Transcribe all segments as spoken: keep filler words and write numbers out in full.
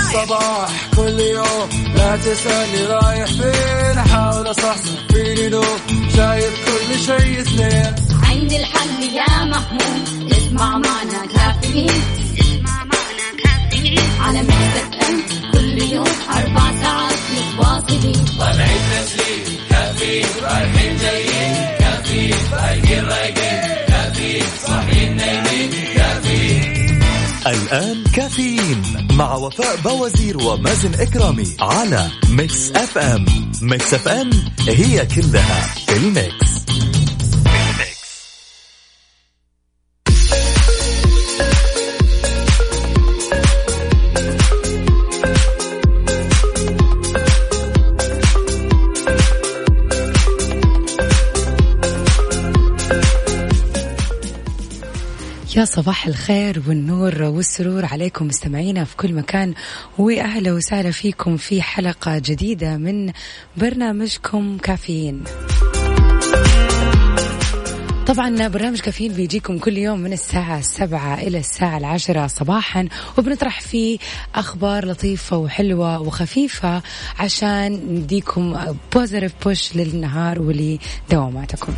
الصباح كل يوم لا تسألني رايح فين أحاول أصحصح فيني لو شايف كل شيء سنين عندي الحل يا محمود اسمع معنا كافيين اسمع معنا كافيين على ميكس اف ام كل يوم أربع ساعات متواصلين طالعين تسليم كافيين رايحين جايين كافيين رايقين رايقين كافيين صاحيين نايمين كافيين. الآن كافيين مع وفاء بوازير ومازن إكرامي على ميكس اف ام. ميكس اف ام هي كلها في الميكس. يا صباح الخير والنور والسرور عليكم مستمعينا في كل مكان، وأهلا وسهلا فيكم في حلقة جديدة من برنامجكم كافيين. طبعا برنامج كافيين بيجيكم كل يوم من الساعة السبعة إلى الساعة العاشرة صباحا، وبنطرح فيه أخبار لطيفة وحلوة وخفيفة عشان نديكم بوزيتيف بوش للنهار ولدواماتكم.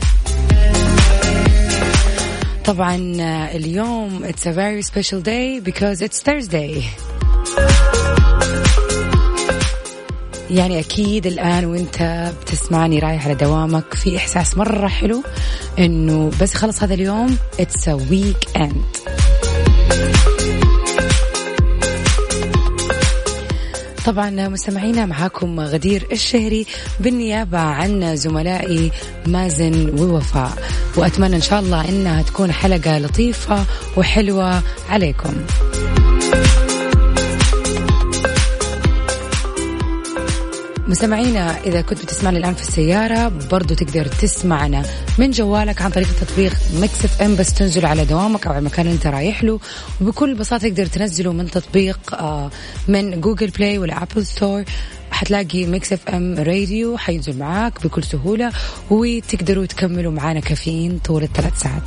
طبعا اليوم it's a very special day because it's Thursday. يعني أكيد الآن وانت بتسمعني رايح على دوامك في إحساس مرة حلو إنه بس خلص هذا اليوم it's a weekend. طبعا مستمعينا معاكم غدير الشهري بالنيابة عن زملائي مازن ووفاء، وأتمنى إن شاء الله إنها تكون حلقة لطيفة وحلوة عليكم. مستمعينا إذا كنت بتسمعني الآن في السيارة برضو تقدر تسمعنا من جوالك عن طريق تطبيق ميكس اف ام، بس تنزل على دوامك أو على المكان اللي أنت رايح له، وبكل بساطة تقدر تنزله من تطبيق من جوجل بلاي ولا أبل ستور. حتلاقي ميكس اف ام راديو حينزل معاك بكل سهولة، وتقدروا تكملوا معانا كافيين طول الثلاث ساعات.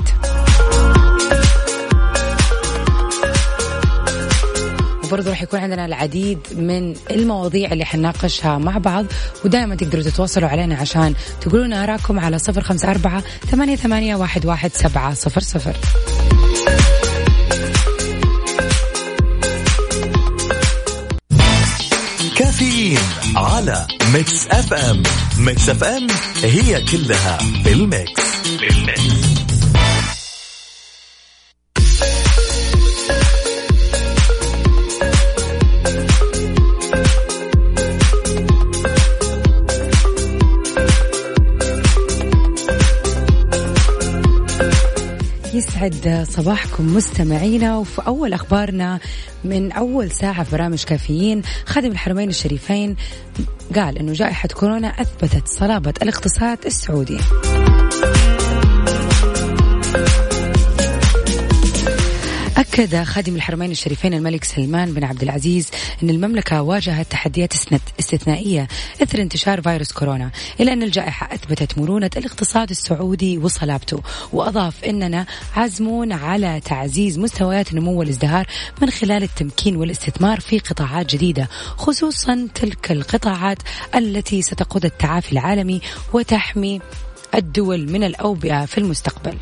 وبرضه راح يكون عندنا العديد من المواضيع اللي حنناقشها مع بعض، ودائما تقدروا تتواصلوا علينا عشان تقولون آراءكم على صفر خمسة أربعة ثمانية ثمانية واحد واحد سبعة صفر صفر. كافيين على ميكس اف ام. ميكس اف ام هي كلها في الميكس. الميكس. يسعد صباحكم مستمعينا. وفي أول أخبارنا من أول ساعة في برامج كافيين، خادم الحرمين الشريفين قال أنه جائحة كورونا أثبتت صلابة الاقتصاد السعودي. أكد خادم الحرمين الشريفين الملك سلمان بن عبد العزيز أن المملكة واجهت تحديات استثنائية إثر انتشار فيروس كورونا، إلا أن الجائحة أثبتت مرونة الاقتصاد السعودي وصلابته، وأضاف أننا عازمون على تعزيز مستويات النمو والازدهار من خلال التمكين والاستثمار في قطاعات جديدة، خصوصا تلك القطاعات التي ستقود التعافي العالمي وتحمي الدول من الأوبئة في المستقبل.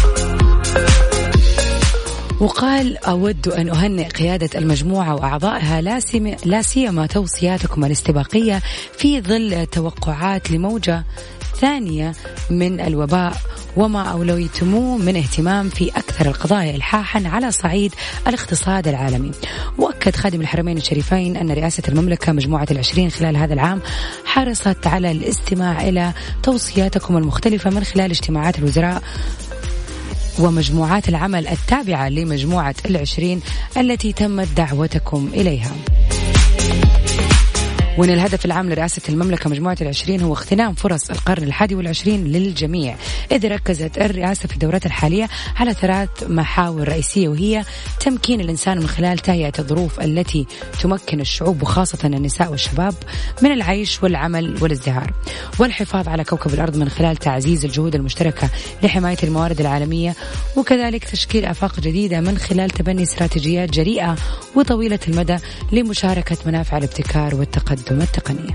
وقال أود أن أهنئ قيادة المجموعة وأعضائها لا سيما توصياتكم الاستباقية في ظل توقعات لموجة ثانية من الوباء وما أوليتموه من اهتمام في أكثر القضايا إلحاحا على صعيد الاقتصاد العالمي. وأكد خادم الحرمين الشريفين أن رئاسة المملكة مجموعة العشرين خلال هذا العام حرصت على الاستماع إلى توصياتكم المختلفة من خلال اجتماعات الوزراء ومجموعات العمل التابعة لمجموعة العشرين التي تمت دعوتكم إليها. وأن الهدف العام لرئاسة المملكة مجموعة العشرين هو اغتنام فرص القرن الحادي والعشرين للجميع، إذ ركزت الرئاسة في الدورات الحالية على ثلاث محاور رئيسية، وهي تمكين الإنسان من خلال تهيئة الظروف التي تمكن الشعوب وخاصة النساء والشباب من العيش والعمل والازدهار، والحفاظ على كوكب الأرض من خلال تعزيز الجهود المشتركة لحماية الموارد العالمية، وكذلك تشكيل آفاق جديدة من خلال تبني استراتيجيات جريئة وطويلة المدى لمشاركة منافع الابتكار والتقدم التقني.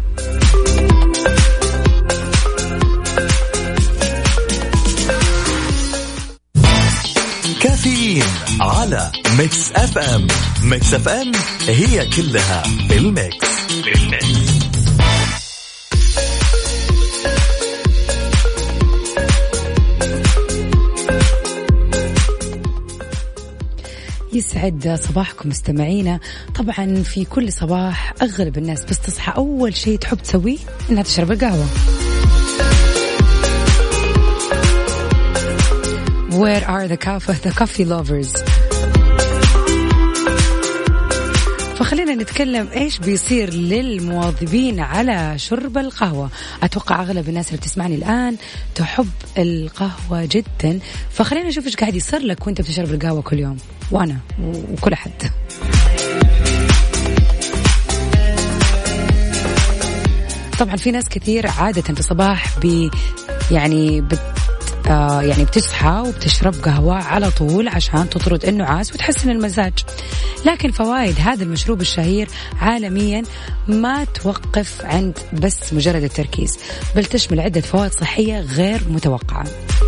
كافيين على ميكس اف ام. ميكس اف ام هي كلها في الميكس. في الميكس. يسعد صباحكم مستمعينا. طبعا في كل صباح أغلب الناس بس تصحى أول شيء تحب تسويه إنها تشرب القهوة. Where are the coffee, the coffee lovers؟ فخلينا نتكلم إيش بيصير للمواظبين على شرب القهوة. أتوقع أغلب الناس اللي بتسمعني الآن تحب القهوة جدا، فخلينا نشوف إيش قاعد يصير لك وإنت بتشرب القهوة كل يوم، وأنا وكل أحد. طبعا في ناس كثير عادة في الصباح بي يعني بت آه يعني بتصحى وبتشرب قهوة على طول عشان تطرد النعاس وتحسن المزاج، لكن فوائد هذا المشروب الشهير عالميا ما توقف عند بس مجرد التركيز، بل تشمل عدة فوائد صحية غير متوقعة.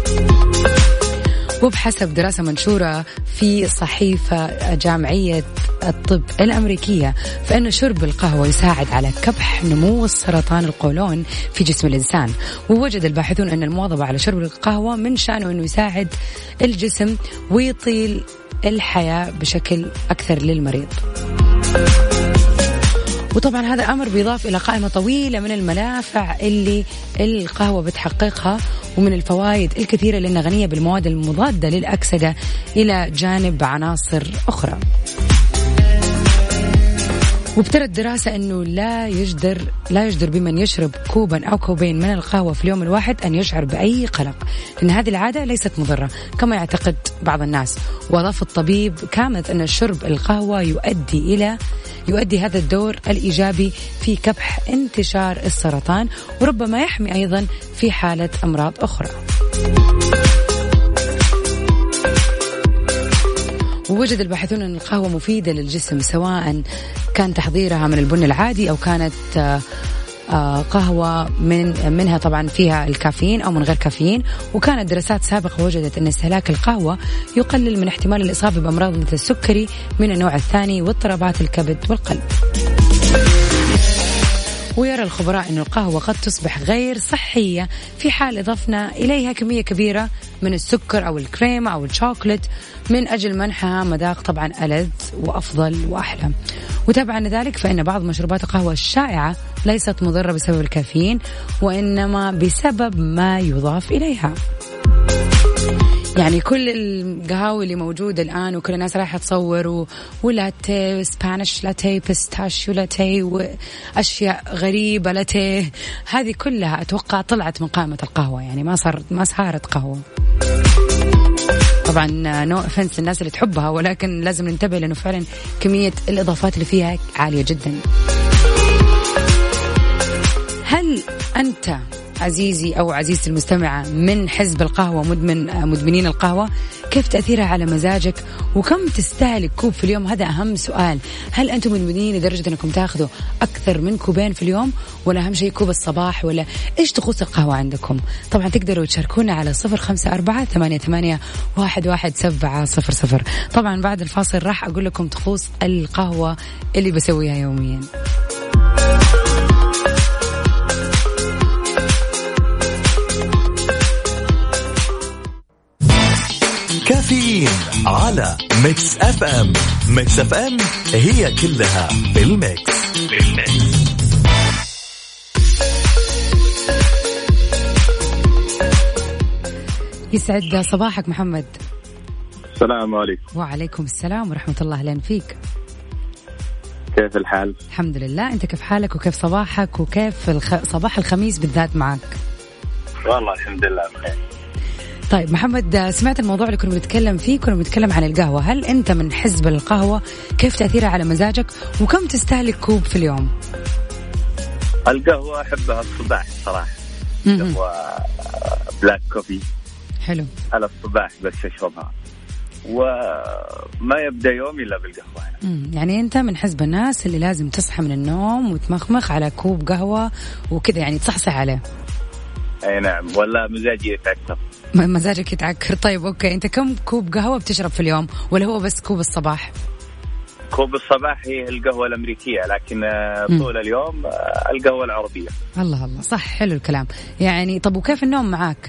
وبحسب دراسة منشورة في صحيفة جامعية الطب الأمريكية، فإن شرب القهوة يساعد على كبح نمو السرطان القولون في جسم الإنسان. ووجد الباحثون أن المواظبة على شرب القهوة من شأنه أنه يساعد الجسم ويطيل الحياة بشكل أكثر للمريض. وطبعا هذا أمر بيضاف إلى قائمة طويلة من المنافع اللي القهوة بتحققها ومن الفوائد الكثيرة لأنها غنية بالمواد المضادة للأكسدة إلى جانب عناصر أخرى. وابترت دراسة أنه لا يجدر لا يجدر بمن يشرب كوبا أو كوبين من القهوة في اليوم الواحد أن يشعر بأي قلق، لأن هذه العادة ليست مضرة كما يعتقد بعض الناس. وأضاف الطبيب كامت أن شرب القهوة يؤدي إلى يؤدي هذا الدور الإيجابي في كبح انتشار السرطان، وربما يحمي أيضا في حالة أمراض أخرى. ووجد الباحثون أن القهوة مفيدة للجسم، سواء كان تحضيرها من البن العادي أو كانت قهوة من منها طبعا فيها الكافيين أو من غير كافيين. وكانت دراسات سابقة وجدت أن استهلاك القهوة يقلل من احتمال الإصابة بأمراض مثل السكري من النوع الثاني واضطرابات الكبد والقلب. ويرى الخبراء أن القهوة قد تصبح غير صحية في حال إضفنا إليها كمية كبيرة من السكر أو الكريمة أو الشوكولات من أجل منحها مذاق طبعا ألذ وأفضل وأحلى. وتبعا ذلك فإن بعض مشروبات القهوة الشائعة ليست مضرة بسبب الكافيين، وإنما بسبب ما يضاف إليها. يعني كل القهاوي اللي موجودة الآن وكل الناس رايحة تصور ولاتيه سبانيش لاتيه بيستاشيو لاتيه وأشياء غريبة لاتيه، هذه كلها أتوقع طلعت من قائمة القهوة، يعني ما صار ما صارت قهوة. طبعا نو أوفنس الناس اللي تحبها، ولكن لازم ننتبه لأنه فعلا كمية الإضافات اللي فيها عالية جدا. هل أنت عزيزي أو عزيزتي المستمعة من حزب القهوة، مدمن مدمنين القهوة؟ كيف تأثيرها على مزاجك؟ وكم تستهلك كوب في اليوم؟ هذا أهم سؤال. هل أنتم مدمنين لدرجة أنكم تأخذوا أكثر من كوبين في اليوم، ولا أهم شيء كوب الصباح، ولا إيش طقوس القهوة عندكم؟ طبعا تقدروا تشاركونا على صفر خمسة أربعة ثمانية ثمانية واحد واحد سبعة صفر صفر. طبعا بعد الفاصل راح أقول لكم طقوس القهوة اللي بسويها يوميا. كافيين على ميكس اف ام. ميكس اف ام هي كلها في الميكس. في الميكس. يسعد صباحك محمد. السلام عليكم. وعليكم السلام ورحمة الله. أهلا فيك. كيف الحال؟ الحمد لله. أنت كيف حالك وكيف صباحك وكيف الخ... صباح الخميس بالذات معك؟ والله الحمد لله بخير. طيب محمد، سمعت الموضوع اللي كنا بنتكلم فيه؟ كنا بنتكلم عن القهوة. هل أنت من حزب القهوة؟ كيف تأثيرها على مزاجك؟ وكم تستهلك كوب في اليوم؟ القهوة أحبها الصباح صراحة. قهوة بلاك كوفي حلو على الصباح بس أشربها، وما يبدأ يومي إلا بالقهوة. مم. يعني أنت من حزب الناس اللي لازم تصحى من النوم وتمخمخ على كوب قهوة وكذا، يعني تصحصح عليه. أي نعم، ولا مزاجي يتعكر. مزاجك يتعكر. طيب أوكي، أنت كم كوب قهوة بتشرب في اليوم، ولا هو بس كوب الصباح؟ كوب الصباح هي القهوة الأمريكية، لكن طول اليوم القهوة العربية. الله الله، صح، حلو الكلام. يعني طب وكيف النوم معاك؟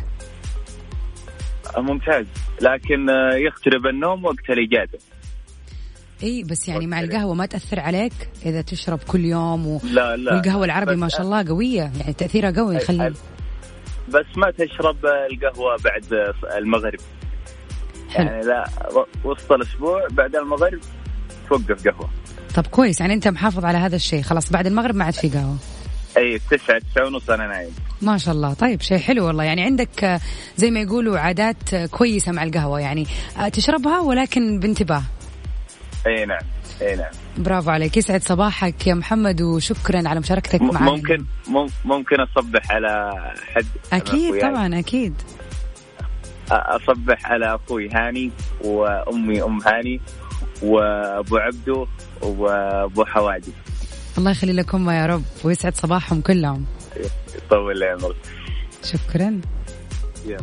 ممتاز، لكن يخترب النوم وقت الإجازة. اي بس يعني مع القهوة ما تأثر عليك إذا تشرب كل يوم و... لا لا، والقهوة العربي ما شاء الله قوية، يعني تأثيرها قوي يخلي. بس ما تشرب القهوة بعد المغرب. حلو. يعني لا، وسط الأسبوع بعد المغرب توقف قهوة. طب كويس، يعني أنت محافظ على هذا الشيء، خلاص بعد المغرب ما عاد في قهوة. أي تسعة تسعة ونص أنا نايم. ما شاء الله. طيب شيء حلو والله، يعني عندك زي ما يقولوا عادات كويسة مع القهوة، يعني تشربها ولكن بانتباه. أي نعم أي نعم. برافو عليك، يسعد صباحك يا محمد وشكرا على مشاركتك معنا. ممكن ممكن أصبح على حد؟ أكيد طبعا أكيد. أصبح على أخوي هاني وأمي أم هاني وأبو عبدو وأبو حوادي. الله يخلي لكم يا رب ويسعد صباحهم كلهم. يطول لي عمرك. شكرا. يلا.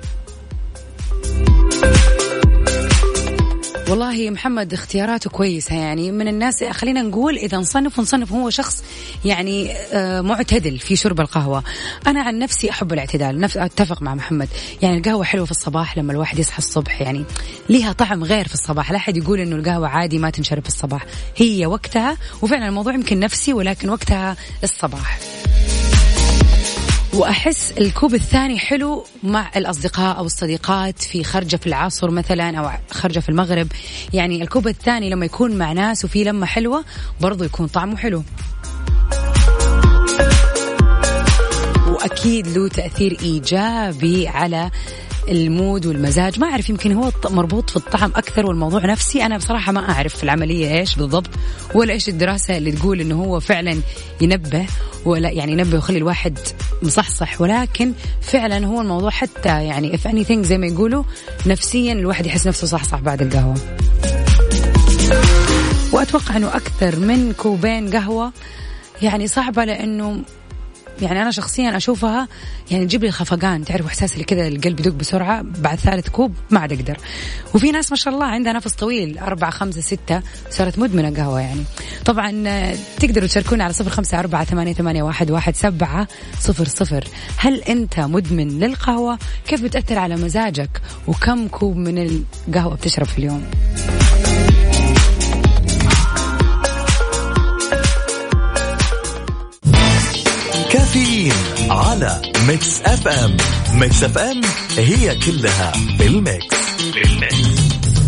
والله محمد اختياراته كويسة، يعني من الناس خلينا نقول إذا نصنف نصنف هو شخص يعني معتدل في شرب القهوة. أنا عن نفسي أحب الاعتدال، نفس أتفق مع محمد، يعني القهوة حلوة في الصباح لما الواحد يصحى الصبح، يعني ليها طعم غير في الصباح. لا أحد يقول إنه القهوة عادي ما تنشرب في الصباح، هي وقتها، وفعلا الموضوع يمكن نفسي ولكن وقتها الصباح. وأحس الكوب الثاني حلو مع الأصدقاء أو الصديقات في خرجة في العصر مثلا أو خرجة في المغرب، يعني الكوب الثاني لما يكون مع ناس وفي لمة حلوة برضو يكون طعمه حلو، وأكيد له تأثير إيجابي على المود والمزاج. ما أعرف، يمكن هو مربوط في الطعم أكثر والموضوع نفسي. أنا بصراحة ما أعرف في العملية إيش بالضبط، ولا إيش الدراسة اللي تقول إنه هو فعلا ينبه ولا يعني ينبه ويخلي الواحد مصحصح، ولكن فعلا هو الموضوع حتى يعني if anything زي ما يقولوا نفسيا الواحد يحس نفسه صحصح بعد القهوة. وأتوقع إنه أكثر من كوبين قهوة يعني صعبة، لأنه يعني أنا شخصيا أشوفها يعني تجيب لي خفقان، تعرف إحساس اللي كذا القلب يدق بسرعة بعد ثالث كوب ما عاد أقدر. وفي ناس ما شاء الله عندها نفس طويل، أربعة خمسة ستة صارت مدمنة قهوة يعني. طبعا تقدروا تشاركونا على صفر خمسة أربعة ثمانية ثمانية واحد واحد سبعة صفر صفر. هل أنت مدمن للقهوة؟ كيف بتأثر على مزاجك؟ وكم كوب من القهوة بتشرب في اليوم؟ كافيين على ميكس اف ام. ميكس اف ام هي كلها بالميكس. بالميكس.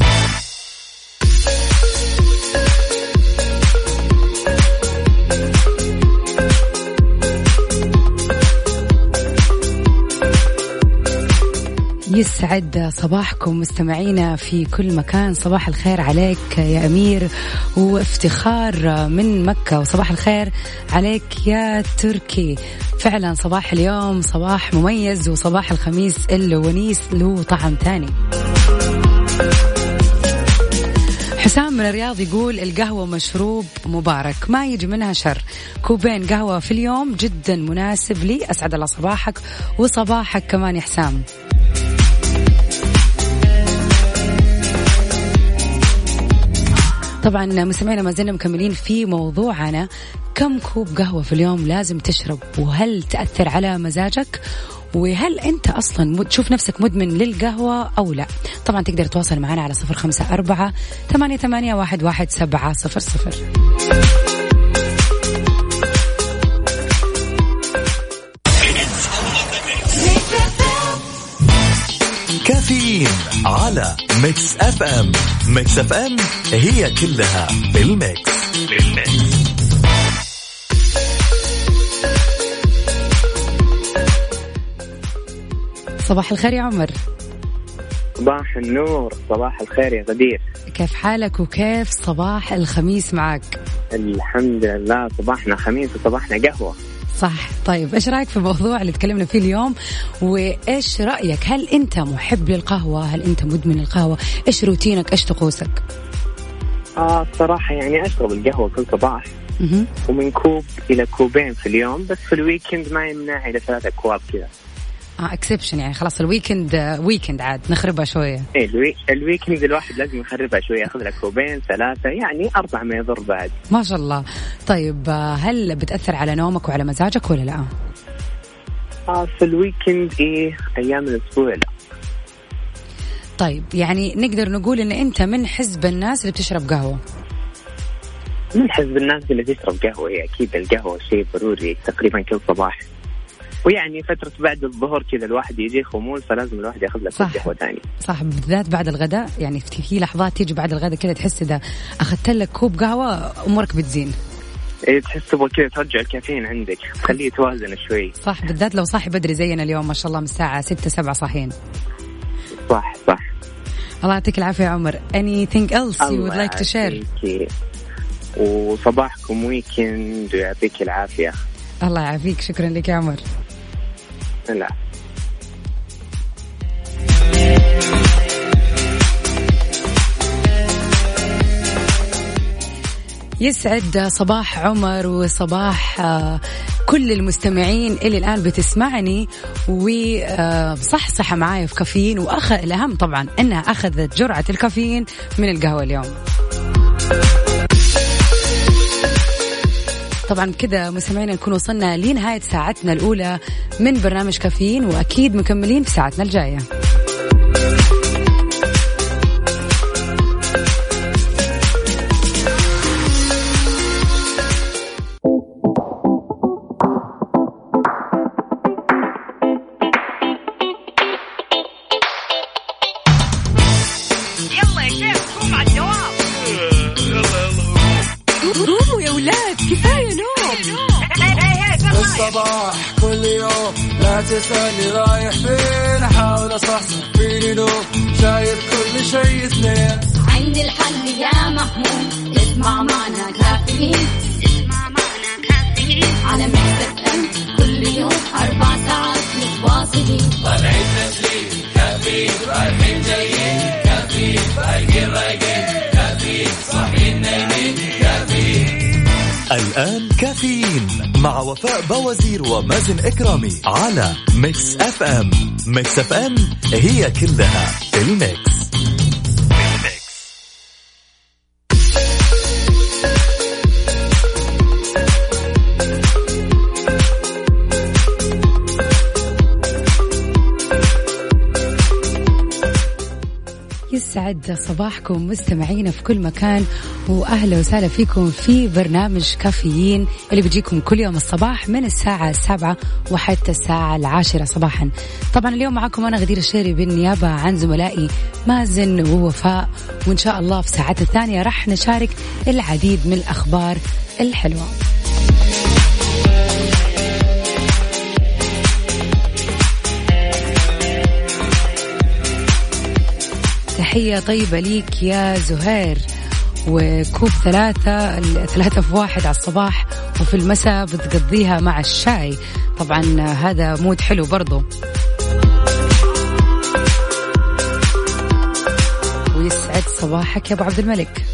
يسعد صباحكم مستمعينا في كل مكان. صباح الخير عليك يا أمير وافتخار من مكة، وصباح الخير عليك يا تركي. فعلا صباح اليوم صباح مميز، وصباح الخميس اللي ونيس له طعم تاني. حسام من الرياض يقول القهوة مشروب مبارك ما يجي منها شر، كوبين قهوة في اليوم جدا مناسب لي. أسعد الله صباحك وصباحك كمان يا حسام. طبعا مستمعينا ما زلنا مكملين في موضوعنا، كم كوب قهوة في اليوم لازم تشرب، وهل تأثر على مزاجك، وهل أنت أصلا تشوف نفسك مدمن للقهوة أو لا؟ طبعا تقدر تواصل معنا على صفر خمسة أربعة ثمانية ثمانية واحد واحد سبعة صفر صفر. كافيين على ميكس اف ام. ميكس اف ام هي كلها بالميكس. بالميكس. صباح الخير يا عمر. صباح النور، صباح الخير يا غدير. كيف حالك وكيف صباح الخميس معك؟ الحمد لله، صباحنا خميس وصباحنا قهوة. صح. طيب إيش رأيك في الموضوع اللي تكلمنا فيه اليوم؟ وإيش رأيك؟ هل أنت محب للقهوة؟ هل أنت مدمن القهوة؟ إيش روتينك؟ إيش طقوسك؟ آه الصراحة يعني أشرب القهوة كل صباح م- ومن كوب إلى كوبين في اليوم، بس في الويكند ما يمنع إلى ثلاثة أكواب كذا. اه اكسبشن يعني خلاص الويكند ويكند عاد نخربها شويه. ايه الوي... الويكند الواحد لازم يخربها شويه، ياخذ له كوبين ثلاثه يعني اربعه ما يضر بعد. ما شاء الله. طيب هل بتاثر على نومك وعلى مزاجك ولا لا؟ اه في الويكند ايه، ايام الاسبوع لا. طيب يعني نقدر نقول ان انت من حزب الناس اللي بتشرب قهوه؟ من حزب الناس اللي بيشرب قهوه. هي اكيد القهوه شيء ضروري تقريبا كل صباح، ويعني فترة بعد الظهر كذا الواحد يجي خمول، فلازم الواحد ياخذ له قهوة ثاني. صح، بالذات بعد الغداء. يعني في لحظات تيجي بعد الغداء كذا تحس إذا أخذت لك كوب قهوة أمورك بتزين. إيه تحس تبغى كذا ترجع الكافيين عندك، تخليه يتوازن شوي. صح، بالذات لو صاحي بدري زينا اليوم ما شاء الله من الساعة ستة سبعة صاحيين. صح صح. الله يعطيك العافية يا عمر. Anything else you would like to share؟ وصباحكم ويكند ويعطيك العافية. الله يعافيك، شكرا لك يا عمر. لا يسعد صباح عمر وصباح كل المستمعين اللي الآن بتسمعني وصحصح معايا في كافيين. وأخذ الأهم طبعا أنها أخذت جرعة الكافيين من القهوة اليوم. طبعا كذا مستمعينا نكون وصلنا لنهاية ساعتنا الأولى من برنامج كافيين، وأكيد مكملين في ساعتنا الجاية. يلا يا شيخ قوم على الدوام. قوموا يا ولاد، كفاية نوم. الصباح كل يوم لا تسألني رايح فين، أحاول أصحصح فيني نوم، شايف كل شيء اثنين. عندي الحل يا محمود، اسمع معنا كافيين، اسمع معنا كافيين على ميكس اف ام كل يوم أربع ساعات متواصلين. طالعين تسليم كافيين، رايحين جايين كافيين، رايقين رايقين كافيين، صاحيين نايمين كافيين. الآن كافيين مع وفاء بوازير ومازن إكرامي على ميكس اف ام. ميكس اف ام هي كلها الميكس. يسعد صباحكم مستمعين في كل مكان، وأهلا وسهلا فيكم في برنامج كافيين اللي بيجيكم كل يوم الصباح من الساعة السابعة وحتى الساعة العاشرة صباحا. طبعا اليوم معكم أنا غدير الشيري بالنيابة عن زملائي مازن ووفاء، وإن شاء الله في ساعات الثانية رح نشارك العديد من الأخبار الحلوة. تحية طيبة ليك يا زهير. وكوب ثلاثة ثلاثة في واحد على الصباح، وفي المساء بتقضيها مع الشاي. طبعا هذا مود حلو برضو. ويسعد صباحك يا أبو عبد الملك.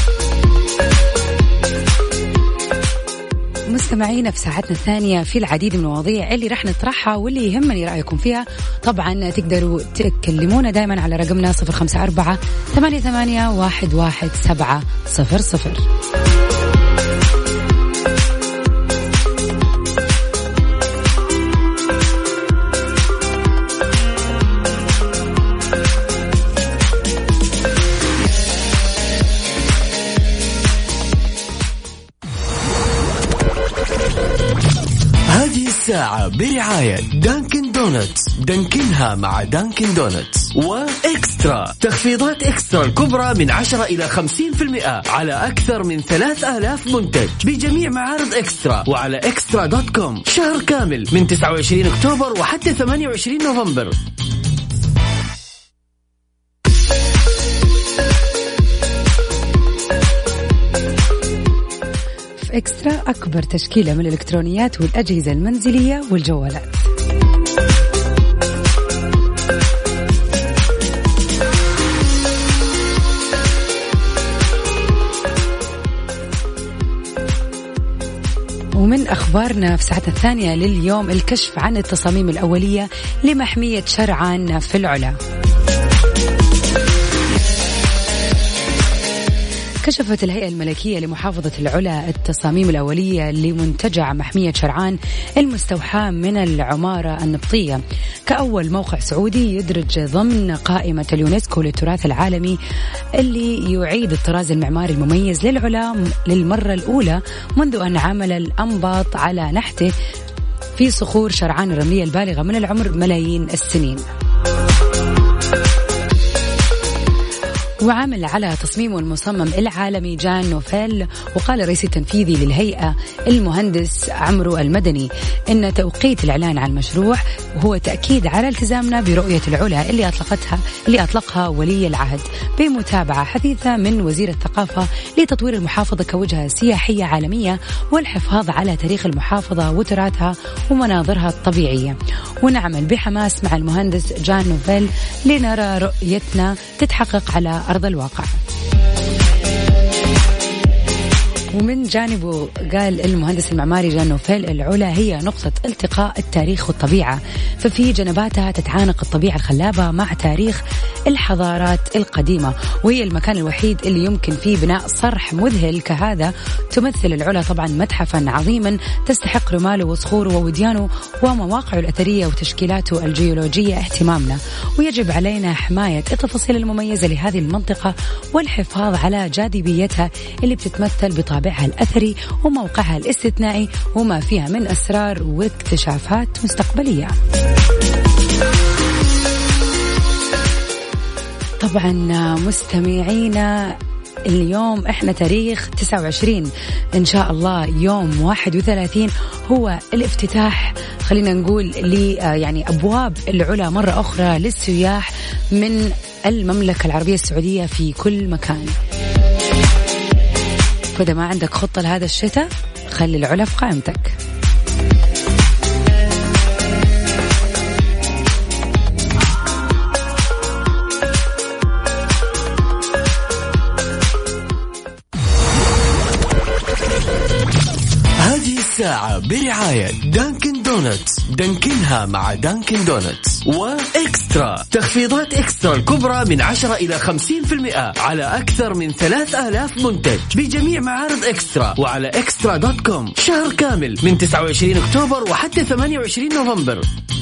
مستمعينا في ساعتنا الثانية في العديد من المواضيع اللي رح نطرحها واللي يهمني رأيكم فيها. طبعا تقدروا تكلمونا دائما على رقمنا صفر خمسة أربعة ثمانية ثمانية واحد واحد سبعة صفر صفر. هذه الساعة برعاية دانكن دونتس. دانكنها مع دانكن دونتس. وإكسترا تخفيضات إكسترا الكبرى من عشرة إلى خمسين بالمئة على أكثر من ثلاث آلاف منتج بجميع معارض إكسترا وعلى إكسترا دوت كوم. شهر كامل من تسعة وعشرين أكتوبر وحتى ثمانية وعشرين نوفمبر. إكسترا أكبر تشكيلة من الإلكترونيات والأجهزة المنزلية والجوالات. ومن أخبارنا في ساعتنا الثانية لليوم الكشف عن التصاميم الأولية لمحمية شرعان في العلا. كشفت الهيئة الملكية لمحافظة العلا التصاميم الأولية لمنتجع محمية شرعان المستوحاة من العمارة النبطية كأول موقع سعودي يدرج ضمن قائمة اليونسكو للتراث العالمي اللي يعيد الطراز المعماري المميز للعلا للمرة الأولى منذ أن عمل الأنباط على نحته في صخور شرعان الرملية البالغة من العمر ملايين السنين. وعمل على تصميمه المصمم العالمي جان نوفيل. وقال الرئيس التنفيذي للهيئة المهندس عمرو المدني إن توقيت الإعلان عن المشروع هو تأكيد على التزامنا برؤية العلا اللي أطلقتها اللي أطلقها ولي العهد بمتابعة حثيثة من وزير الثقافة لتطوير المحافظة كوجهة سياحية عالمية والحفاظ على تاريخ المحافظة وتراثها ومناظرها الطبيعية. ونعمل بحماس مع المهندس جان نوفيل لنرى رؤيتنا تتحقق على أرض الواقع. ومن جانبه قال المهندس المعماري جان نوفيل العلا هي نقطة التقاء التاريخ والطبيعة، ففي جنباتها تتعانق الطبيعة الخلابة مع تاريخ الحضارات القديمة، وهي المكان الوحيد اللي يمكن فيه بناء صرح مذهل كهذا. تمثل العلا طبعا متحفا عظيما تستحق رماله وصخوره ووديانه ومواقعه الأثرية وتشكيلاته الجيولوجية اهتمامنا، ويجب علينا حماية التفاصيل المميزة لهذه المنطقة والحفاظ على جاذبيتها اللي بتتمثل بطابع طابعها الأثري وموقعها الاستثنائي وما فيها من أسرار واكتشافات مستقبلية. طبعا مستمعينا اليوم احنا تاريخ تسعة وعشرين ان شاء الله يوم واحد وثلاثين هو الافتتاح خلينا نقول لي يعني ابواب العلا مرة اخرى للسياح من المملكة العربية السعودية في كل مكان. فإذا ما عندك خطة لهذا الشتاء خلي العلا في قائمتك. هذه الساعة برعاية دانكن دونتس، دانكنها مع دانكن دونتس. وإكسترا تخفيضات إكسترا الكبرى من عشرة إلى خمسين بالمئة على أكثر من ثلاث آلاف منتج بجميع معارض إكسترا وعلى إكسترا دوت كوم. شهر كامل من تسعة وعشرين أكتوبر وحتى ثمانية وعشرين نوفمبر.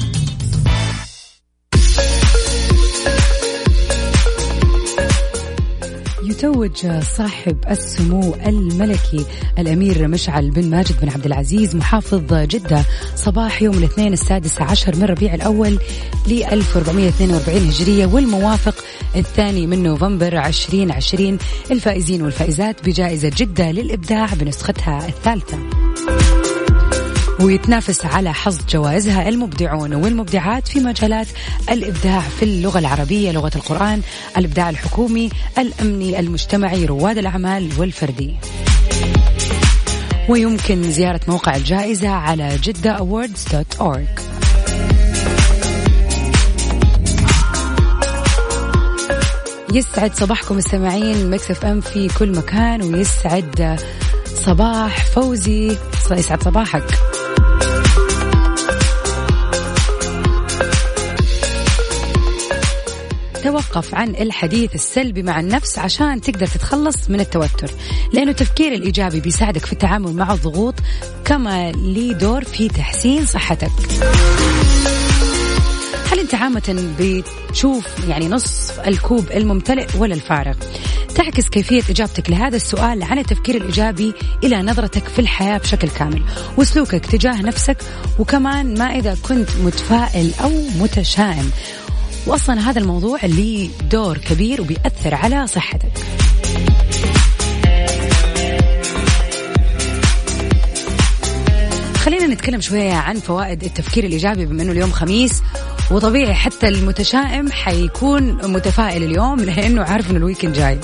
يتوج صاحب السمو الملكي الأمير مشعل بن ماجد بن عبد العزيز محافظ جدة صباح يوم الاثنين السادس عشر من ربيع الأول ل ألف وأربعمائة واثنين وأربعين هجرية والموافق الثاني من نوفمبر عشرين عشرين الفائزين والفائزات بجائزة جدة للإبداع بنسختها الثالثة. ويتنافس على حظ جوائزها المبدعون والمبدعات في مجالات الإبداع في اللغة العربية، لغة القرآن، الإبداع الحكومي، الأمني، المجتمعي، رواد الأعمال والفردي. ويمكن زيارة موقع الجائزة على جدة أووردز دوت أورج. يسعد صباحكم السامعين ميكس اف ام في كل مكان، ويسعد صباح فوزي، يسعد صباحك. توقف عن الحديث السلبي مع النفس عشان تقدر تتخلص من التوتر، لأنه التفكير الإيجابي بيساعدك في التعامل مع الضغوط كما ليه دور في تحسين صحتك. هل أنت عامة بتشوف يعني نصف الكوب الممتلئ ولا الفارغ؟ تعكس كيفية إجابتك لهذا السؤال عن التفكير الإيجابي إلى نظرتك في الحياة بشكل كامل وسلوكك تجاه نفسك، وكمان ما إذا كنت متفائل أو متشائم. وأصلا هذا الموضوع اللي دور كبير وبيأثر على صحتك. خلينا نتكلم شوية عن فوائد التفكير الإيجابي بما أنه اليوم خميس، وطبيعي حتى المتشائم حيكون متفائل اليوم لأنه عارف أنه الويكند جاي.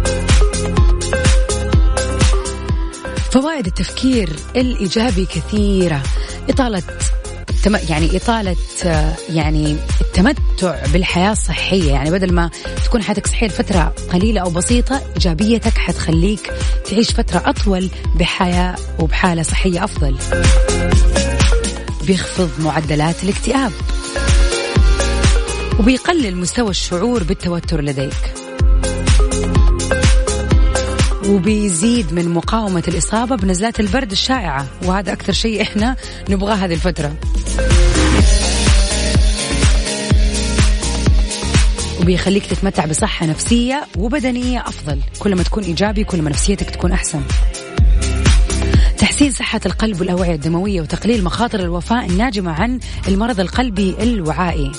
فوائد التفكير الإيجابي كثيرة. إطالة يعني إطالة يعني التمتع بالحياة الصحية، يعني بدل ما تكون حياتك صحية لفترة قليلة أو بسيطة، إيجابيتك حتخليك تعيش فترة أطول بحياة وبحالة صحية أفضل. بيخفض معدلات الاكتئاب، وبيقلل مستوى الشعور بالتوتر لديك، وبيزيد من مقاومة الإصابة بنزلات البرد الشائعة، وهذا أكثر شيء إحنا نبغاه هذه الفترة. وبيخليك تتمتع بصحة نفسية وبدنية أفضل. كل ما تكون إيجابي كل ما نفسيتك تكون أحسن. تحسين صحة القلب والأوعية الدموية، وتقليل مخاطر الوفاة الناجمة عن المرض القلبي الوعائي،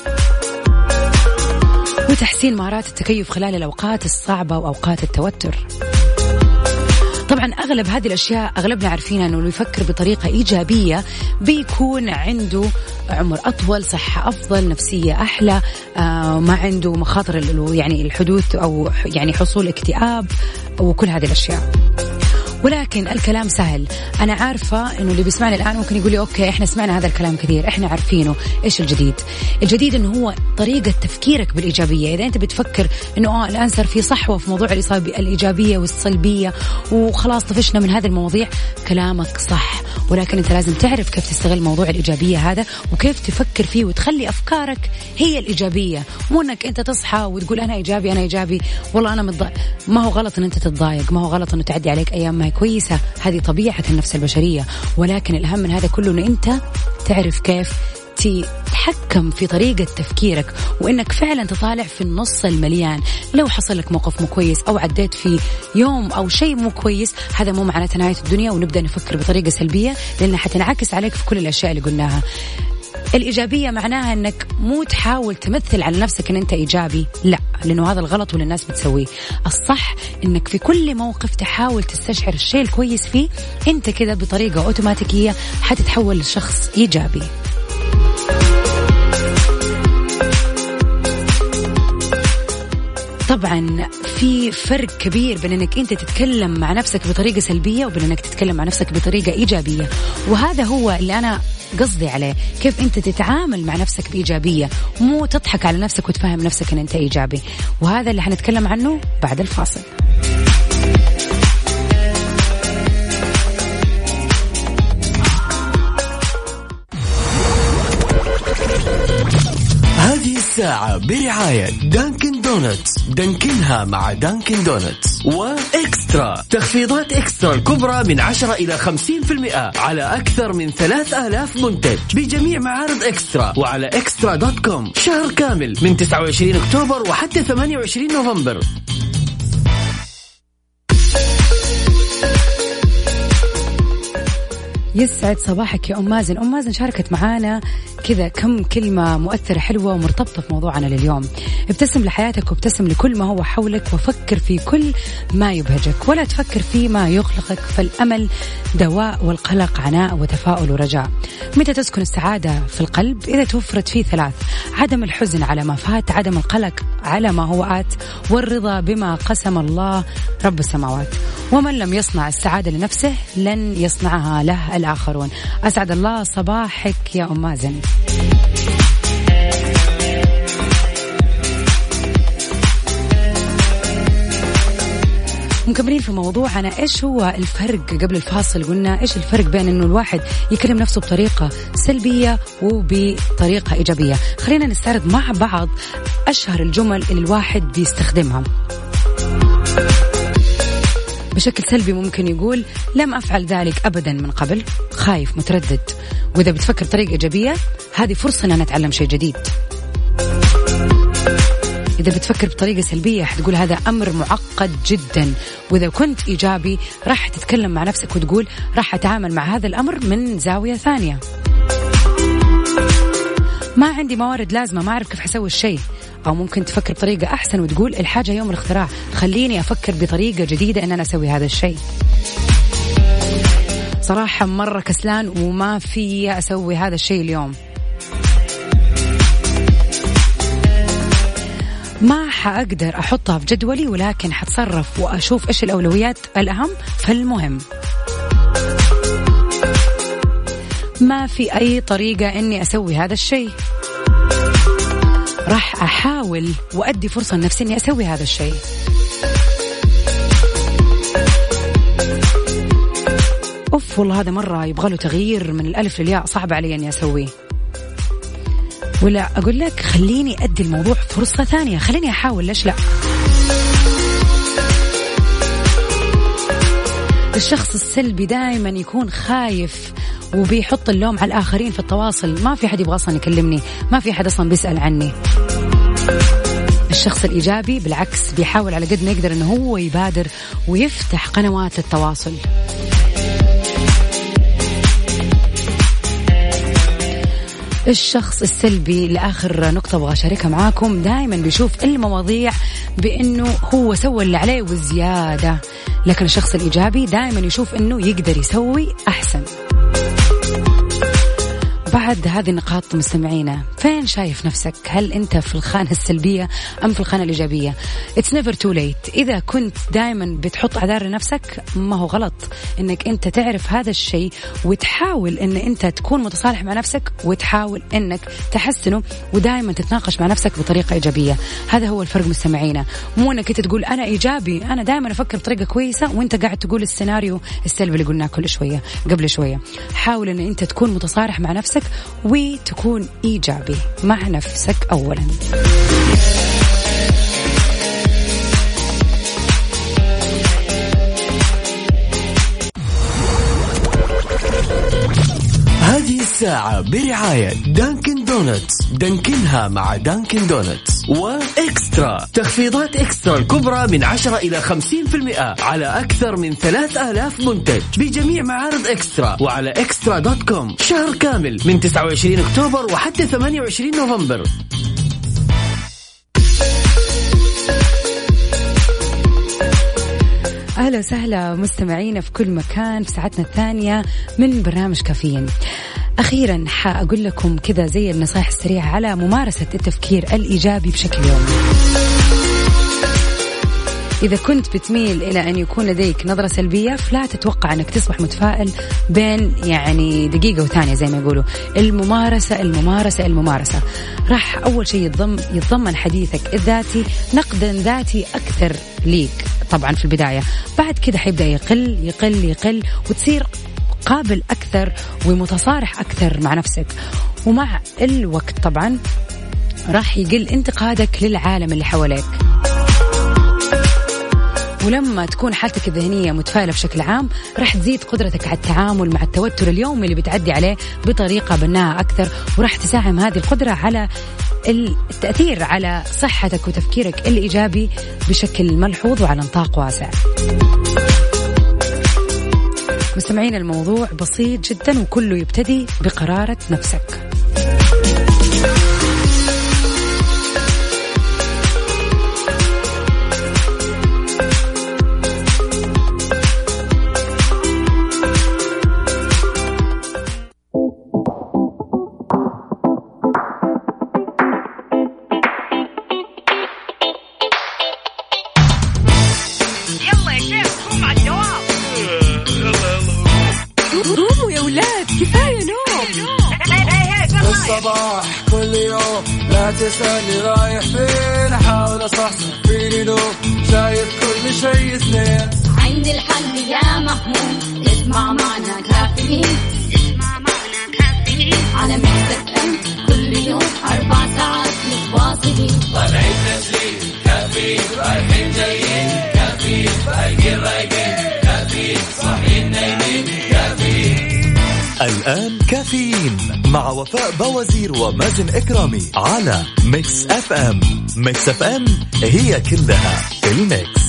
وتحسين مهارات التكيف خلال الأوقات الصعبة وأوقات التوتر. طبعا أغلب هذه الأشياء أغلبنا عارفين أنه يفكر بطريقة إيجابية بيكون عنده عمر أطول، صحة أفضل، نفسية أحلى، آه ما عنده مخاطر يعني الحدوث أو يعني حصول اكتئاب وكل هذه الأشياء. ولكن الكلام سهل. أنا عارفة إنه اللي بيسمعني الآن ممكن يقول لي أوكي إحنا سمعنا هذا الكلام كثير، إحنا عارفينه. إيش الجديد؟ الجديد إنه هو طريقة تفكيرك بالإيجابية. إذا أنت بتفكر إنه آه الآن صار في صحوة في موضوع الإيجابية والسلبية وخلاص طفشنا من هذه المواضيع، كلامك صح، ولكن أنت لازم تعرف كيف تستغل موضوع الإيجابية هذا وكيف تفكر فيه وتخلي أفكارك هي الإيجابية، مو إنك أنت تصحى وتقول أنا إيجابي أنا إيجابي والله أنا متضايق. ما هو غلط إن أنت تتضايق، ما هو غلط إنه تعدي عليك أيام ما كويسة، هذه طبيعة النفس البشرية، ولكن الأهم من هذا كله إن أنت تعرف كيف تتحكم في طريقة تفكيرك، وإنك فعلا تطالع في النص المليان. لو حصل لك موقف مو كويس أو عديت في يوم أو شيء مو كويس، هذا مو معناته نهاية الدنيا ونبدأ نفكر بطريقة سلبية، لأنها حتنعكس عليك في كل الأشياء اللي قلناها. الإيجابية معناها أنك مو تحاول تمثل على نفسك أن أنت إيجابي، لا، لأنه هذا الغلط واللي الناس بتسويه. الصح أنك في كل موقف تحاول تستشعر الشيء الكويس فيه، أنت كده بطريقة أوتوماتيكية حتتحول لشخص إيجابي. طبعا في فرق كبير بين انك انت تتكلم مع نفسك بطريقة سلبية وبين انك تتكلم مع نفسك بطريقة ايجابية، وهذا هو اللي انا قصدي عليه. كيف انت تتعامل مع نفسك بإيجابية، مو تضحك على نفسك وتفهم نفسك ان انت ايجابي، وهذا اللي حنتكلم عنه بعد الفاصل. هذه الساعة برعاية دانكن دونتس، دانكنها مع دانكن دونتس. وإكسترا، تخفيضات إكسترا الكبرى من عشرة إلى خمسين بالمئة على أكثر من ثلاث آلاف منتج بجميع معارض إكسترا وعلى إكسترا دوت كوم. شهر كامل من تسعة وعشرين أكتوبر وحتى ثمانية وعشرين نوفمبر. يسعد صباحك يا أم مازن. أم مازن شاركت معانا كذا كم كلمة مؤثرة حلوة ومرتبطة في موضوعنا لليوم. ابتسم لحياتك وابتسم لكل ما هو حولك، وفكر في كل ما يبهجك ولا تفكر في ما يقلقك، فالأمل دواء والقلق عناء وتفاؤل ورجاء. متى تسكن السعادة في القلب؟ إذا توفرت فيه ثلاث: عدم الحزن على ما فات، عدم القلق على ما هو آت، والرضا بما قسم الله رب السماوات. ومن لم يصنع السعادة لنفسه لن يصنعها له الآخرون. أسعد الله صباحك يا أم مازن. مكملين في موضوعنا. إيش هو الفرق؟ قبل الفاصل قلنا إيش الفرق بين إنه الواحد يكلم نفسه بطريقة سلبية وبطريقة إيجابية. خلينا نستعرض مع بعض أشهر الجمل اللي الواحد بيستخدمها. بشكل سلبي ممكن يقول لم أفعل ذلك أبدا من قبل، خايف متردد. وإذا بتفكر بطريقة إيجابية، هذه فرصة أن أنا أتعلم شيء جديد. إذا بتفكر بطريقة سلبية حتقول هذا أمر معقد جدا. وإذا كنت إيجابي راح تتكلم مع نفسك وتقول راح أتعامل مع هذا الأمر من زاوية ثانية. ما عندي موارد لازمة، ما أعرف كيف حسوي الشيء، أو ممكن تفكر بطريقة أحسن وتقول الحاجة يوم الاختراع، خليني أفكر بطريقة جديدة أن أنا أسوي هذا الشيء. صراحة مرة كسلان وما في أسوي هذا الشيء اليوم، ما حأقدر أحطها في جدولي، ولكن حتصرف وأشوف إيش الأولويات الأهم فالمهم. ما في أي طريقة إني أسوي هذا الشيء، راح أحاول وأدي فرصة لنفسي إني أسوي هذا الشيء. أوف والله هذا مرة يبغى له تغيير من الألف للياء، صعب علي إني أسويه. ولا أقول لك خليني أدي الموضوع فرصة ثانية، خليني أحاول، ليش لا؟ الشخص السلبي دائما يكون خايف وبيحط اللوم على الآخرين في التواصل، ما في حد يبغى أصلا يكلمني، ما في حد أصلا بيسأل عني. الشخص الإيجابي بالعكس بيحاول على قد ما يقدر أنه هو يبادر ويفتح قنوات التواصل. الشخص السلبي لآخر نقطة أبغى أشاركها معاكم، دائما بيشوف المواضيع بأنه هو سوى اللي عليه وزيادة، لكن الشخص الإيجابي دائما يشوف أنه يقدر يسوي أحسن. بعد هذه النقاط مستمعينا، فين شايف نفسك؟ هل أنت في الخانة السلبية أم في الخانة الإيجابية؟ It's never too late. إذا كنت دائما بتحط أعذار لنفسك ما هو غلط إنك أنت تعرف هذا الشيء وتحاول إن أنت تكون متصالح مع نفسك وتحاول إنك تحسنه ودائما تتناقش مع نفسك بطريقة إيجابية. هذا هو الفرق مستمعينا، مو إنك أنت تقول أنا إيجابي، أنا دائما أفكر بطريقة كويسة وأنت قاعد تقول السيناريو السلبي اللي قلناه كل شوية قبل شوية. حاول إن أنت تكون متصالح مع نفسك وتكون إيجابي مع نفسك أولا. هذه الساعة برعاية دانكن دونتس، دانكنها مع دانكن دونتس. وإكسترا، تخفيضات إكسترا الكبرى من عشرة إلى خمسين بالمئة على أكثر من ثلاث آلاف منتج بجميع معارض إكسترا وعلى إكسترا دوت كوم. شهر كامل من تسعة وعشرين أكتوبر وحتى ثمانية وعشرين نوفمبر. أهلا وسهلا مستمعينا في كل مكان في ساعتنا الثانية من برنامج كافيين. أخيرا حأقول لكم كذا زي النصائح السريعة على ممارسة التفكير الإيجابي بشكل يومي. إذا كنت بتميل إلى أن يكون لديك نظرة سلبية فلا تتوقع أنك تصبح متفائل بين يعني دقيقة وثانية، زي ما يقولوا الممارسة الممارسة الممارسة. راح أول شيء يتضم يتضمن حديثك الذاتي نقدا ذاتي أكثر ليك طبعا في البداية، بعد كده حيبدأ يقل يقل يقل وتصير قابل أكثر ومتصارح أكثر مع نفسك، ومع الوقت طبعا راح يقل انتقادك للعالم اللي حواليك. ولما تكون حالتك الذهنية متفائلة بشكل عام راح تزيد قدرتك على التعامل مع التوتر اليومي اللي بتعدي عليه بطريقة بناءة أكثر، وراح تساهم هذه القدرة على التأثير على صحتك وتفكيرك الإيجابي بشكل ملحوظ وعلى نطاق واسع. مستمعين الموضوع بسيط جدا وكله يبتدي بقرارة نفسك. الصباح كل يوم لا تسألني رايح فين، أحاول أصحصح فيني لو شايف كل شيء اثنين. عندي الحل يا محمود، اسمع معنا كافيين، اسمع معنا كافيين على ميكس اف ام كل يوم أربع ساعات متواصلين. طالعين تسليم كافيين، رايحين جايين كافيين، رايقين رايقين كافيين، صاحيين نايمين كافيين. الآن كافيين مع وفاء بوازير ومازن إكرامي على ميكس اف ام. ميكس اف ام هي كلها الميكس.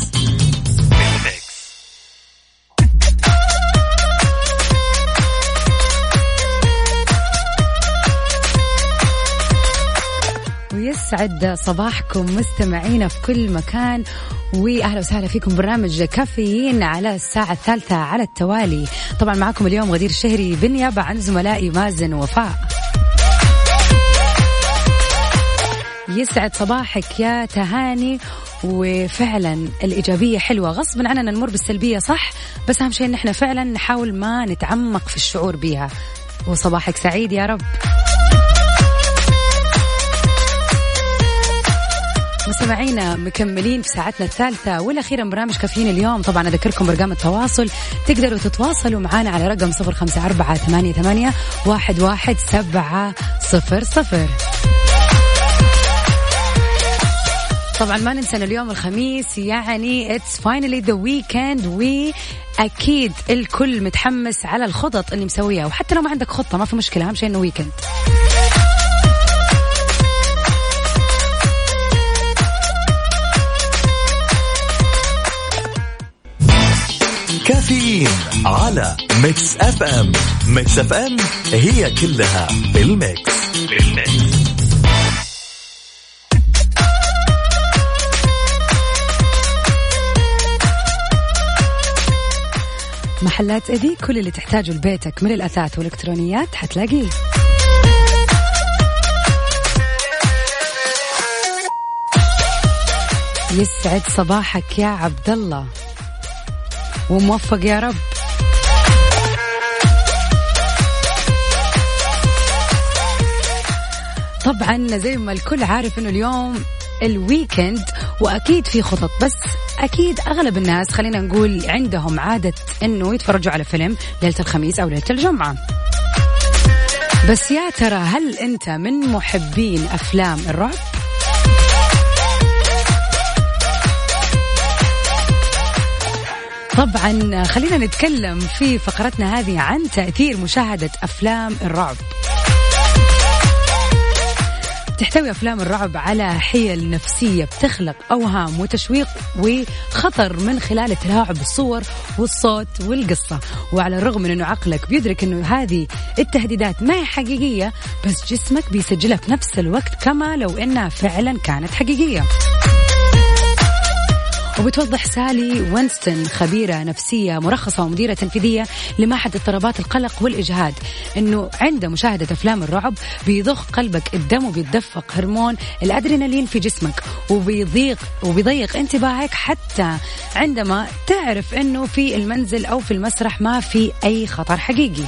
يسعد صباحكم مستمعينا في كل مكان، وأهلا وسهلا فيكم برنامج كافيين على الساعة الثالثة على التوالي. طبعا معكم اليوم غدير الشهري بالنيابة عن زملائي مازن ووفاء. يسعد صباحك يا تهاني. وفعلا الإيجابية حلوة، غصبا عننا نمر بالسلبية صح، بس أهم شيء إن احنا فعلا نحاول ما نتعمق في الشعور بها. وصباحك سعيد يا رب. مستمعينا مكملين في ساعتنا الثالثة والأخيرة من برنامج كافيين اليوم. طبعا أذكركم برقم التواصل، تقدروا تتواصلوا معنا على رقم صفر خمسة أربعة ثمانية ثمانية واحد واحد سبعة صفر صفر. طبعا ما ننسى اليوم الخميس، يعني it's finally the weekend، وأكيد الكل متحمس على الخطط اللي مسويها، وحتى لو ما عندك خطة ما في مشكلة، أهم شيء إنه ويكند. كافيين على ميكس اف ام. ميكس اف ام هي كلها بالميكس بالميكس. محلات إيدي، كل اللي تحتاجه لبيتك من الأثاث والإلكترونيات حتلاقيه. يسعد صباحك يا عبد الله وموفق يا رب. طبعا زي ما الكل عارف انه اليوم الويكند، واكيد في خطط، بس اكيد اغلب الناس خلينا نقول عندهم عادة انه يتفرجوا على فيلم ليلة الخميس او ليلة الجمعة. بس يا ترى هل انت من محبين افلام الرعب؟ طبعا خلينا نتكلم في فقرتنا هذه عن تأثير مشاهدة أفلام الرعب. تحتوي أفلام الرعب على حيل نفسية بتخلق أوهام وتشويق وخطر من خلال التلاعب بالصور والصوت والقصة. وعلى الرغم من أنه عقلك بيدرك أنه هذه التهديدات ما هي حقيقية، بس جسمك بيسجلها في نفس الوقت كما لو أنها فعلا كانت حقيقية. وبتوضح سالي وينستون، خبيرة نفسية مرخصة ومديرة تنفيذية لمعهد اضطرابات القلق والإجهاد، أنه عند مشاهدة أفلام الرعب بيضخ قلبك الدم وبيتدفق هرمون الأدرينالين في جسمك، وبيضيق وبيضيق انتباهك حتى عندما تعرف أنه في المنزل أو في المسرح ما في أي خطر حقيقي.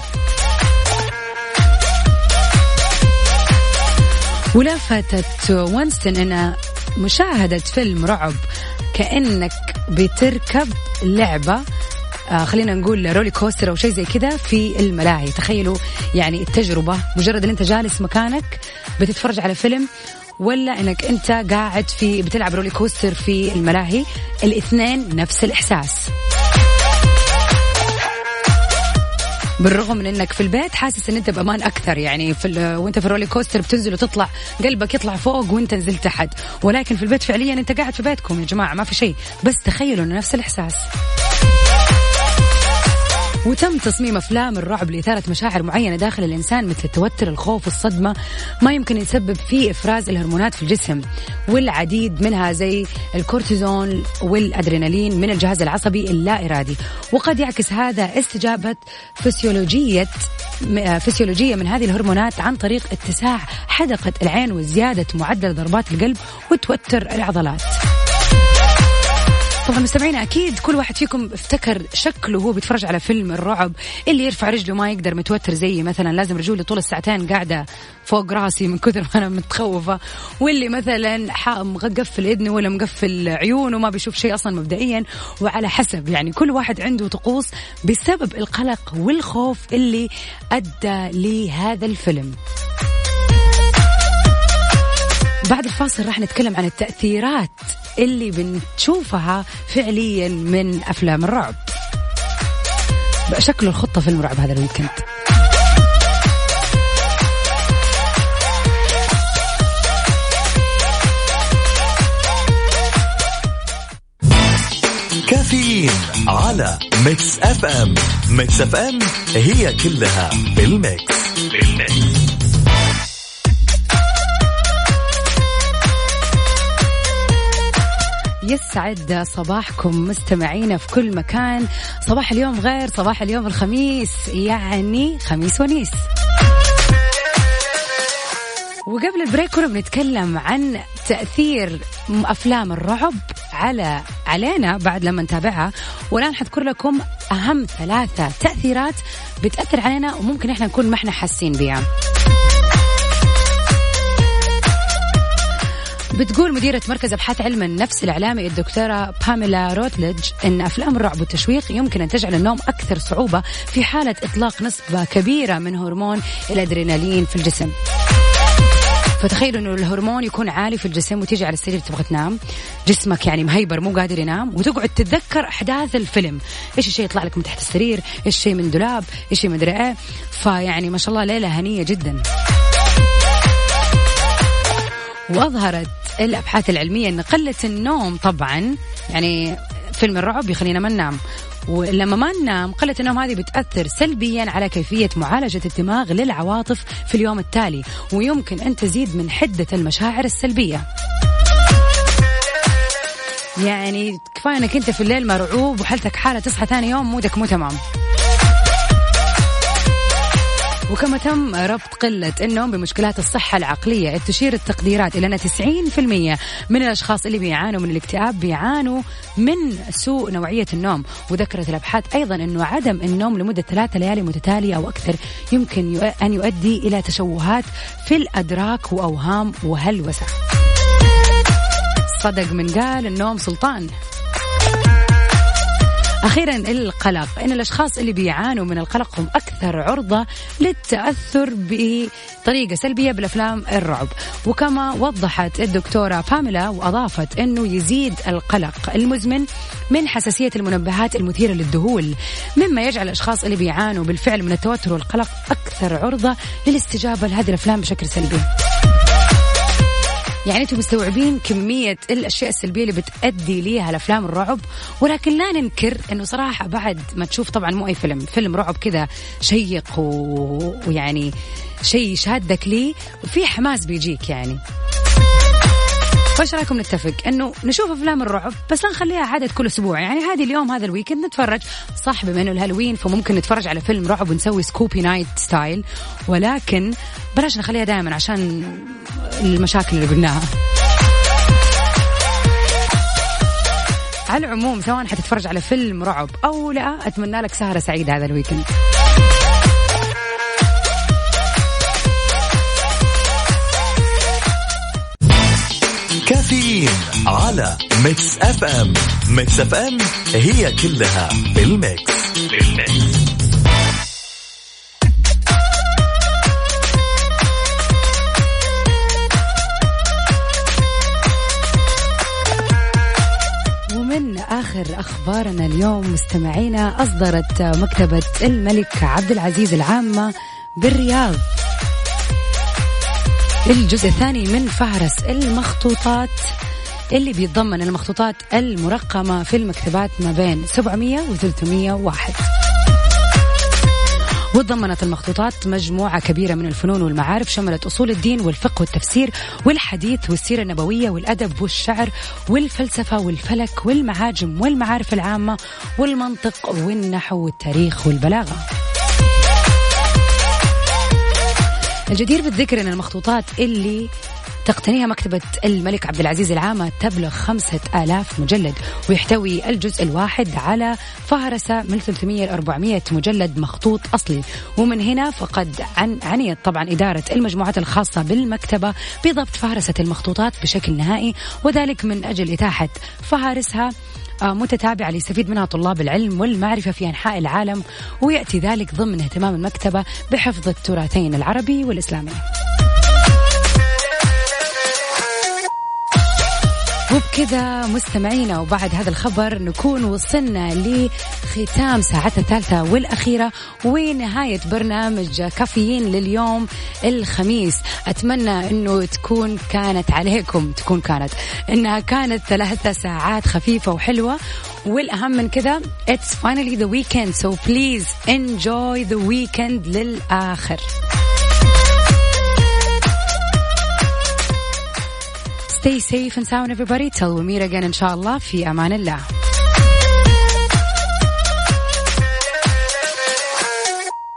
ولفتت وينستون أن مشاهدة فيلم رعب كأنك بتركب لعبة، آه خلينا نقول رولي كوستر أو شيء زي كذا في الملاهي. تخيلوا يعني التجربة، مجرد أن أنت جالس مكانك بتتفرج على فيلم، ولا أنك أنت قاعد في بتلعب رولي كوستر في الملاهي، الاثنين نفس الإحساس. بالرغم من انك في البيت حاسس ان انت بامان اكثر، يعني في وانت في الرولي كوستر بتنزل وتطلع قلبك يطلع فوق وانت نزلت تحت، ولكن في البيت فعليا انت قاعد في بيتكم يا جماعه ما في شيء، بس تخيلوا انه نفس الاحساس. وتم تصميم أفلام الرعب لإثارة مشاعر معينة داخل الإنسان مثل التوتر، الخوف، الصدمة، ما يمكن يسبب فيه إفراز الهرمونات في الجسم، والعديد منها زي الكورتيزون والأدرينالين من الجهاز العصبي اللا إرادي. وقد يعكس هذا استجابة فسيولوجية فسيولوجية من هذه الهرمونات عن طريق اتساع حدقة العين وزيادة معدل ضربات القلب وتوتر العضلات. طبعا مستمعينا أكيد كل واحد فيكم افتكر شكله وهو بيتفرج على فيلم الرعب، اللي يرفع رجله ما يقدر متوتر زي مثلا لازم رجولي طول الساعتين قاعدة فوق راسي من كثر ما أنا متخوفة، واللي مثلا مقفل إذنه ولا مقفل عيونه وما بيشوف شيء أصلا مبدئيا. وعلى حسب يعني كل واحد عنده طقوس بسبب القلق والخوف اللي أدى لهذا الفيلم. بعد الفاصل راح نتكلم عن التأثيرات اللي بنشوفها فعليا من أفلام الرعب. شكل الخطة فيلم رعب هذا الويكند. كافيين على ميكس اف ام. ميكس اف ام هي كلها بالميكس بالميكس. يسعد صباحكم مستمعينا في كل مكان. صباح اليوم غير صباح اليوم الخميس، يعني خميس ونيس. وقبل البريك كنا بنتكلم عن تأثير أفلام الرعب على علينا بعد لما نتابعها، والآن حذكر لكم أهم ثلاثة تأثيرات بتأثر علينا وممكن إحنا نكون ما إحنا حاسين بها. بتقول مديرة مركز أبحاث علم النفس الإعلامي الدكتورة باميلا روتليج إن أفلام الرعب والتشويق يمكن أن تجعل النوم أكثر صعوبة في حالة إطلاق نسبة كبيرة من هرمون الأدرينالين في الجسم. فتخيلوا إنه الهرمون يكون عالي في الجسم وتيجي على السرير تبغى تنام، جسمك يعني مهيبر مو قادر ينام، وتقعد تتذكر أحداث الفيلم، إيش الشيء يطلع لك من تحت السرير، إيش الشيء من دولاب، إيش الشيء مدري إيه. فيعني ما شاء الله ليلة هنية جدا. وأظهرت الأبحاث العلمية أن قلة النوم طبعا يعني فيلم الرعب يخلينا ما ننام، ولما ما ننام قلة النوم هذه بتأثر سلبيا على كيفية معالجة الدماغ للعواطف في اليوم التالي، ويمكن أن تزيد من حدة المشاعر السلبية. يعني كفاية أنك أنت في الليل مرعوب وحالتك حالة، تصحى ثاني يوم مودك مو تمام. وكما تم ربط قلة النوم بمشكلات الصحة العقلية، تشير التقديرات إلى أن تسعين بالمئة من الأشخاص اللي بيعانوا من الاكتئاب بيعانوا من سوء نوعية النوم. وذكرت الأبحاث أيضا أنه عدم النوم لمدة ثلاثة ليالي متتالية أو أكثر يمكن أن يؤدي إلى تشوهات في الأدراك وأوهام وهلوسة. صدق من قال النوم سلطان. أخيرا القلق، إن الأشخاص اللي بيعانوا من القلق هم أكثر عرضة للتأثر بطريقة سلبية بالأفلام الرعب. وكما وضحت الدكتورة باميلا وأضافت أنه يزيد القلق المزمن من حساسية المنبهات المثيرة للذهول، مما يجعل الأشخاص اللي بيعانوا بالفعل من التوتر والقلق أكثر عرضة للاستجابة لهذه الأفلام بشكل سلبي. يعني أنتم مستوعبين كمية الأشياء السلبية اللي بتأدي ليها الأفلام الرعب. ولكن لا ننكر أنه صراحة بعد ما تشوف طبعا مو أي فيلم فيلم رعب كذا شيق و... ويعني شيء شادك ليه وفي حماس بيجيك يعني. فايش رايكم نتفق انه نشوف افلام الرعب بس لا نخليها عادة كل اسبوع؟ يعني هذه اليوم هذا الويكند نتفرج، صح بما انه الهالوين فممكن نتفرج على فيلم رعب ونسوي سكوبي نايت ستايل، ولكن بلاش نخليها دائما عشان المشاكل اللي قلناها. على العموم سواء حتتفرج على فيلم رعب او لا، اتمنى لك سهرة سعيدة هذا الويكند. كافيين على ميكس اف ام. ميكس اف ام هي كلها بالميكس. بالميكس ومن آخر أخبارنا اليوم مستمعينا، أصدرت مكتبة الملك عبد العزيز العامة بالرياض الجزء الثاني من فهرس المخطوطات اللي بيتضمن المخطوطات المرقمة في المكتبات ما بين سبعمية وثلاثمية وواحد. وضمنت المخطوطات مجموعة كبيرة من الفنون والمعارف، شملت أصول الدين والفقه والتفسير والحديث والسيرة النبوية والأدب والشعر والفلسفة والفلك والمعاجم والمعارف العامة والمنطق والنحو والتاريخ والبلاغة. الجدير بالذكر أن المخطوطات اللي تقتنيها مكتبة الملك عبد العزيز العامة تبلغ خمسة آلاف مجلد، ويحتوي الجزء الواحد على فهرسة من ثلاثمية إلى أربعمية مجلد مخطوط أصلي. ومن هنا فقد عن عنيت طبعا إدارة المجموعات الخاصة بالمكتبة بضبط فهرسة المخطوطات بشكل نهائي، وذلك من أجل إتاحة فهارسها متتابعة ليستفيد منها طلاب العلم والمعرفة في أنحاء العالم، ويأتي ذلك ضمن اهتمام المكتبة بحفظ التراثين العربي والإسلامي. وبكذا مستمعينا وبعد هذا الخبر نكون وصلنا لختام ساعتنا الثالثة والأخيرة ونهاية برنامج كافيين لليوم الخميس. أتمنى أنه تكون كانت عليكم تكون كانت أنها كانت ثلاثة ساعات خفيفة وحلوة، والأهم من كذا it's finally the weekend so please enjoy the weekend للآخر. Stay safe and sound everybody. Till we meet again إن شاء الله. في أمان الله.